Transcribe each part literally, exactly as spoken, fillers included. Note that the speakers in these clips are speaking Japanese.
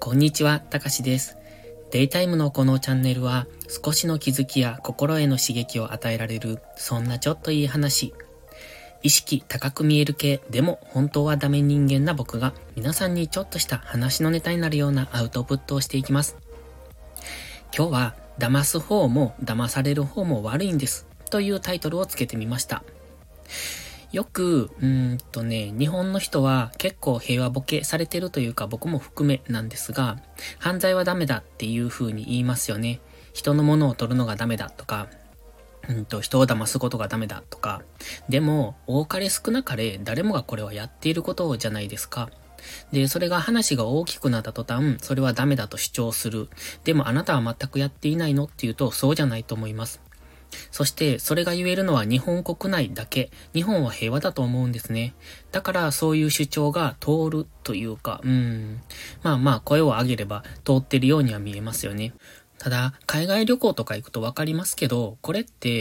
こんにちは、たかしです。デイタイムのこのチャンネルは少しの気づきや心への刺激を与えられる、そんなちょっといい話。意識高く見える系でも本当はダメ人間な僕が皆さんにちょっとした話のネタになるようなアウトプットをしていきます。今日は騙す方も騙される方も悪いんですというタイトルをつけてみました。よく、うーんとね、日本の人は結構平和ボケされてるというか僕も含めなんですが、犯罪はダメだっていう風に言いますよね。人のものを取るのがダメだとか、うんと人を騙すことがダメだとか。でも、多かれ少なかれ誰もがこれはやっていることじゃないですか。で、それが話が大きくなった途端、それはダメだと主張する。でもあなたは全くやっていないのっていうと、そうじゃないと思います。そして、それが言えるのは日本国内だけ。日本は平和だと思うんですね。だからそういう主張が通るというか、うーん。まあまあ声を上げれば通ってるようには見えますよね。ただ、海外旅行とか行くとわかりますけど、これって、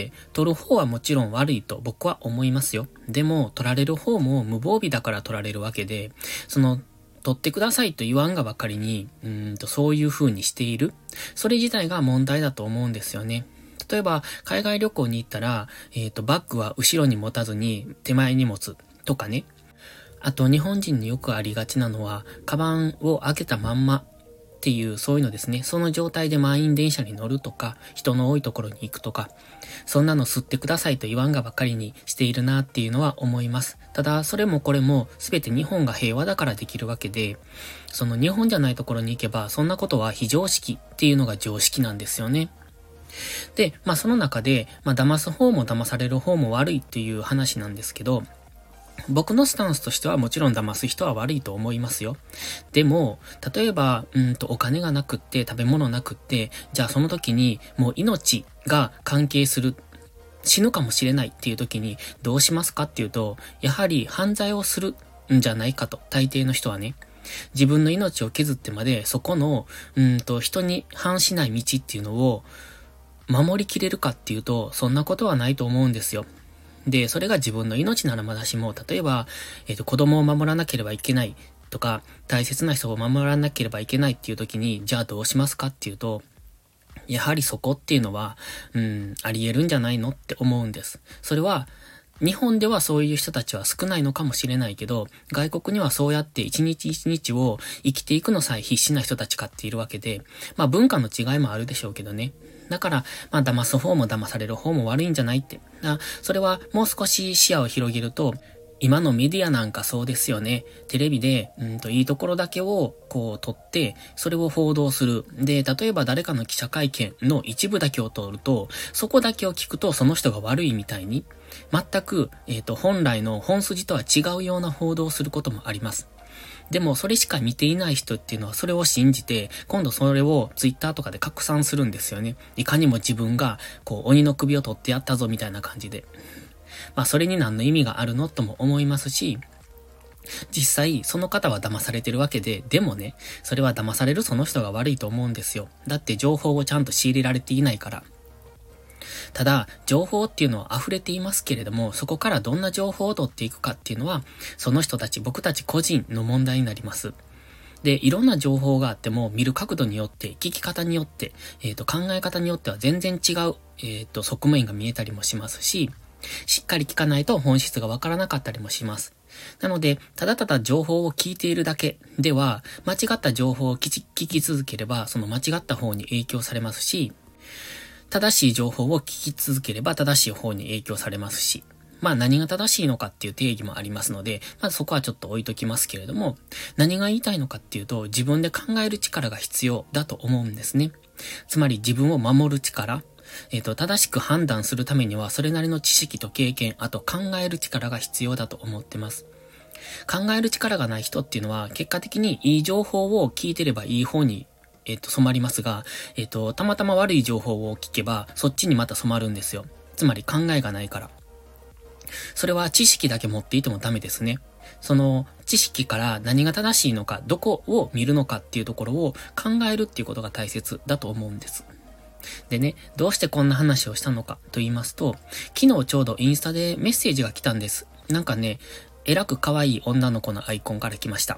取る方はもちろん悪いと僕は思いますよ。でも、取られる方も無防備だから取られるわけで、その、取ってくださいと言わんがばかりに、うーんと、そういう風にしている。それ自体が問題だと思うんですよね。例えば、海外旅行に行ったら、えっと、バッグは後ろに持たずに手前に持つとかね。あと、日本人によくありがちなのは、カバンを開けたまんまっていう、そういうのですね。その状態で満員電車に乗るとか、人の多いところに行くとか、そんなの吸ってくださいと言わんがばかりにしているなっていうのは思います。ただ、それもこれも全て日本が平和だからできるわけで、その日本じゃないところに行けば、そんなことは非常識っていうのが常識なんですよね。で、まあその中で、まあ騙す方も騙される方も悪いっていう話なんですけど、僕のスタンスとしてはもちろん騙す人は悪いと思いますよ。でも、例えば、うんとお金がなくって食べ物なくって、じゃあその時にもう命が関係する。死ぬかもしれないっていう時にどうしますかっていうと、やはり犯罪をするんじゃないかと、大抵の人はね。自分の命を削ってまでそこの、うんと人に反しない道っていうのを守りきれるかっていうと、そんなことはないと思うんですよ。で、それが自分の命ならまだしも、例えば、えっと、子供を守らなければいけないとか、大切な人を守らなければいけないっていう時に、じゃあどうしますかっていうと、やはりそこっていうのは、うん、あり得るんじゃないのって思うんです。それは、日本ではそういう人たちは少ないのかもしれないけど、外国にはそうやって一日一日を生きていくのさえ必死な人たちかっているわけで、まあ文化の違いもあるでしょうけどね。だから、まあ騙す方も騙される方も悪いんじゃないって。あ、それはもう少し視野を広げると、今のメディアなんかそうですよね。テレビで、うんと、いいところだけを、こう、撮って、それを報道する。で、例えば誰かの記者会見の一部だけを通ると、そこだけを聞くと、その人が悪いみたいに、全く、えっと、本来の本筋とは違うような報道をすることもあります。でも、それしか見ていない人っていうのは、それを信じて、今度それをツイッターとかで拡散するんですよね。いかにも自分が、こう、鬼の首を取ってやったぞ、みたいな感じで。まあそれに何の意味があるのとも思いますし、実際その方は騙されてるわけで、でもね、それは騙されるその人が悪いと思うんですよ。だって情報をちゃんと仕入れられていないから。ただ、情報っていうのは溢れていますけれども、そこからどんな情報を取っていくかっていうのは、その人たち、僕たち個人の問題になります。で、いろんな情報があっても、見る角度によって、聞き方によって、えっと、考え方によっては全然違う、えっと、側面が見えたりもしますし、しっかり聞かないと本質がわからなかったりもします。なので、ただただ情報を聞いているだけでは、間違った情報を聞き聞き続ければ、その間違った方に影響されますし、正しい情報を聞き続ければ正しい方に影響されますし、まあ何が正しいのかっていう定義もありますので、まあそこはちょっと置いときますけれども、何が言いたいのかっていうと、自分で考える力が必要だと思うんですね。つまり自分を守る力、えっと、正しく判断するためには、それなりの知識と経験、あと考える力が必要だと思ってます。考える力がない人っていうのは、結果的にいい情報を聞いてればいい方に、えっと、染まりますが、えっと、たまたま悪い情報を聞けば、そっちにまた染まるんですよ。つまり考えがないから。それは知識だけ持っていてもダメですね。その知識から何が正しいのか、どこを見るのかっていうところを考えるっていうことが大切だと思うんです。でね、どうしてこんな話をしたのかと言いますと、昨日ちょうどインスタでメッセージが来たんです。なんかね、えらく可愛い女の子のアイコンから来ました。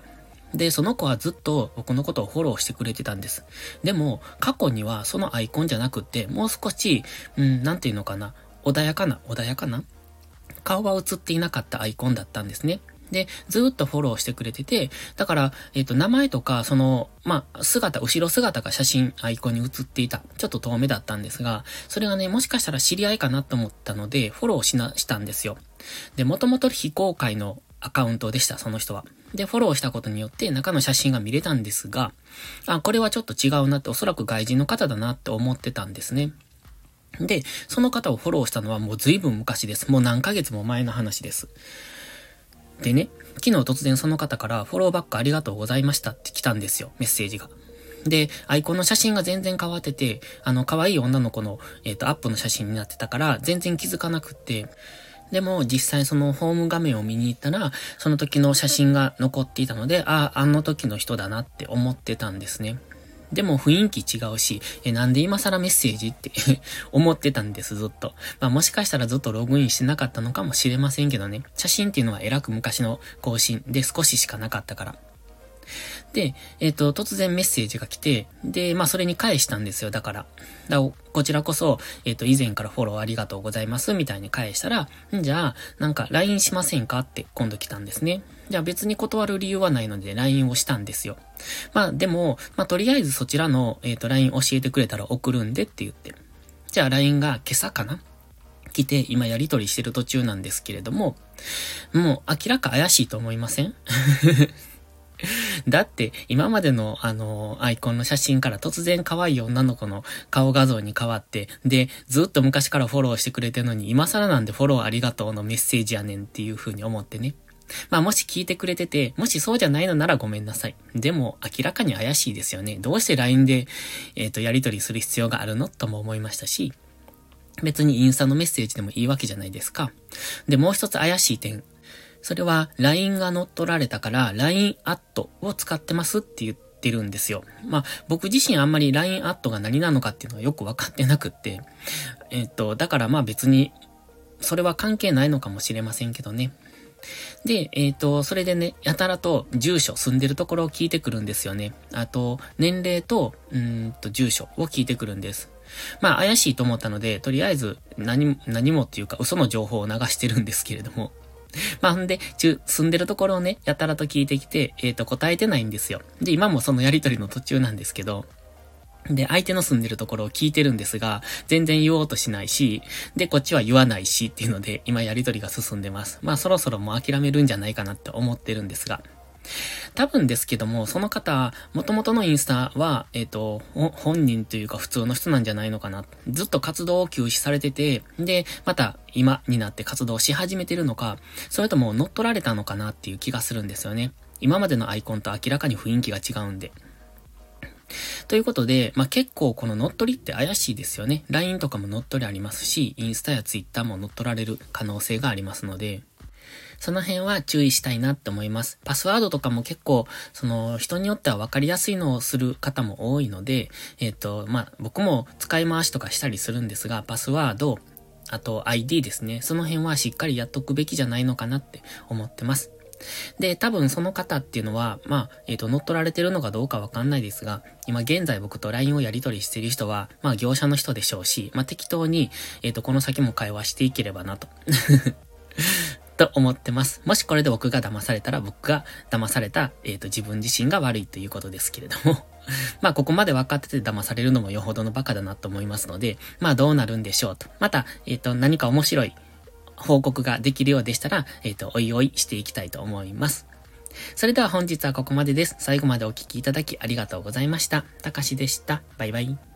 で、その子はずっと僕のことをフォローしてくれてたんです。でも、過去にはそのアイコンじゃなくって、もう少し、うん、なんていうのかな、穏やかな、穏やかな顔は映っていなかったアイコンだったんですね。で、ずーっとフォローしてくれてて、だから、えっと、名前とか、その、まあ、姿、後ろ姿が写真、アイコンに写っていた。ちょっと遠目だったんですが、それがね、もしかしたら知り合いかなと思ったので、フォローしな、したんですよ。で、もともと非公開のアカウントでした、その人は。で、フォローしたことによって中の写真が見れたんですが、あ、これはちょっと違うなって、おそらく外人の方だなって思ってたんですね。で、その方をフォローしたのはもう随分昔です。もう何ヶ月も前の話です。でね、昨日突然その方からフォローバックありがとうございましたって来たんですよ、メッセージが。で、アイコンの写真が全然変わってて、あの、可愛い女の子の、えっと、アップの写真になってたから、全然気づかなくって、でも、実際そのホーム画面を見に行ったら、その時の写真が残っていたので、ああ、あの時の人だなって思ってたんですね。でも雰囲気違うし、え、なんで今更メッセージって思ってたんです、ずっと。まあもしかしたらずっとログインしてなかったのかもしれませんけどね。写真っていうのはえらく昔の更新で少ししかなかったから。で、えっと、突然メッセージが来て、で、まあそれに返したんですよ、だから。だからこちらこそ、えっと、以前からフォローありがとうございます、みたいに返したら、んじゃあ、なんか ライン しませんかって今度来たんですね。じゃあ別に断る理由はないので ライン をしたんですよ。まあでも、まあとりあえずそちらの、えっと、ライン 教えてくれたら送るんでって言って。じゃあ ライン が今朝かな来て、今やり取りしてる途中なんですけれども、もう明らか怪しいと思いませんだって、今までの、あの、アイコンの写真から突然可愛い女の子の顔画像に変わって、で、ずっと昔からフォローしてくれてるのに、今更なんでフォローありがとうのメッセージやねんっていう風に思ってね。まあ、もし聞いてくれてて、もしそうじゃないのならごめんなさい。でも、明らかに怪しいですよね。どうして ライン で、えっと、やり取りする必要があるのとも思いましたし、別にインスタのメッセージでもいいわけじゃないですか。で、もう一つ怪しい点。それは ライン が乗っ取られたから ライン アットを使ってますって言ってるんですよ。まあ僕自身あんまり ライン アットが何なのかっていうのはよくわかってなくって。えっと、だからまあ別にそれは関係ないのかもしれませんけどね。で、えっと、それでね、やたらと住所、住んでるところを聞いてくるんですよね。あと、年齢と、うーんと、住所を聞いてくるんです。まあ怪しいと思ったので、とりあえず何、何もっていうか嘘の情報を流してるんですけれども。まあ、んで、住んでるところをね、やたらと聞いてきて、えっと、答えてないんですよ。で、今もそのやりとりの途中なんですけど、で、相手の住んでるところを聞いてるんですが、全然言おうとしないし、で、こっちは言わないしっていうので、今やりとりが進んでます。まあ、そろそろもう諦めるんじゃないかなって思ってるんですが。多分ですけども、その方、元々のインスタは、えっと、本人というか普通の人なんじゃないのかな。ずっと活動を休止されてて、で、また今になって活動し始めてるのか、それとも乗っ取られたのかなっていう気がするんですよね。今までのアイコンと明らかに雰囲気が違うんで。ということで、まあ、結構この乗っ取りって怪しいですよね。ライン とかも乗っ取りありますし、インスタやツイッターも乗っ取られる可能性がありますので、その辺は注意したいなって思います。パスワードとかも結構、その人によっては分かりやすいのをする方も多いので、えっと、まあ、僕も使い回しとかしたりするんですが、パスワード、あと アイディー ですね。その辺はしっかりやっとくべきじゃないのかなって思ってます。で、多分その方っていうのは、まあ、えっと、乗っ取られてるのかどうかわかんないですが、今現在僕と ライン をやり取りしている人は、まあ、業者の人でしょうし、まあ、適当に、えっと、この先も会話していければなと。と思ってます。もしこれで僕が騙されたら僕が騙された、えっと、自分自身が悪いということですけれども。まあ、ここまで分かってて騙されるのもよほどのバカだなと思いますので、まあ、どうなるんでしょうと。また、えっと、何か面白い報告ができるようでしたら、えっと、おいおいしていきたいと思います。それでは本日はここまでです。最後までお聞きいただきありがとうございました。たかしでした。バイバイ。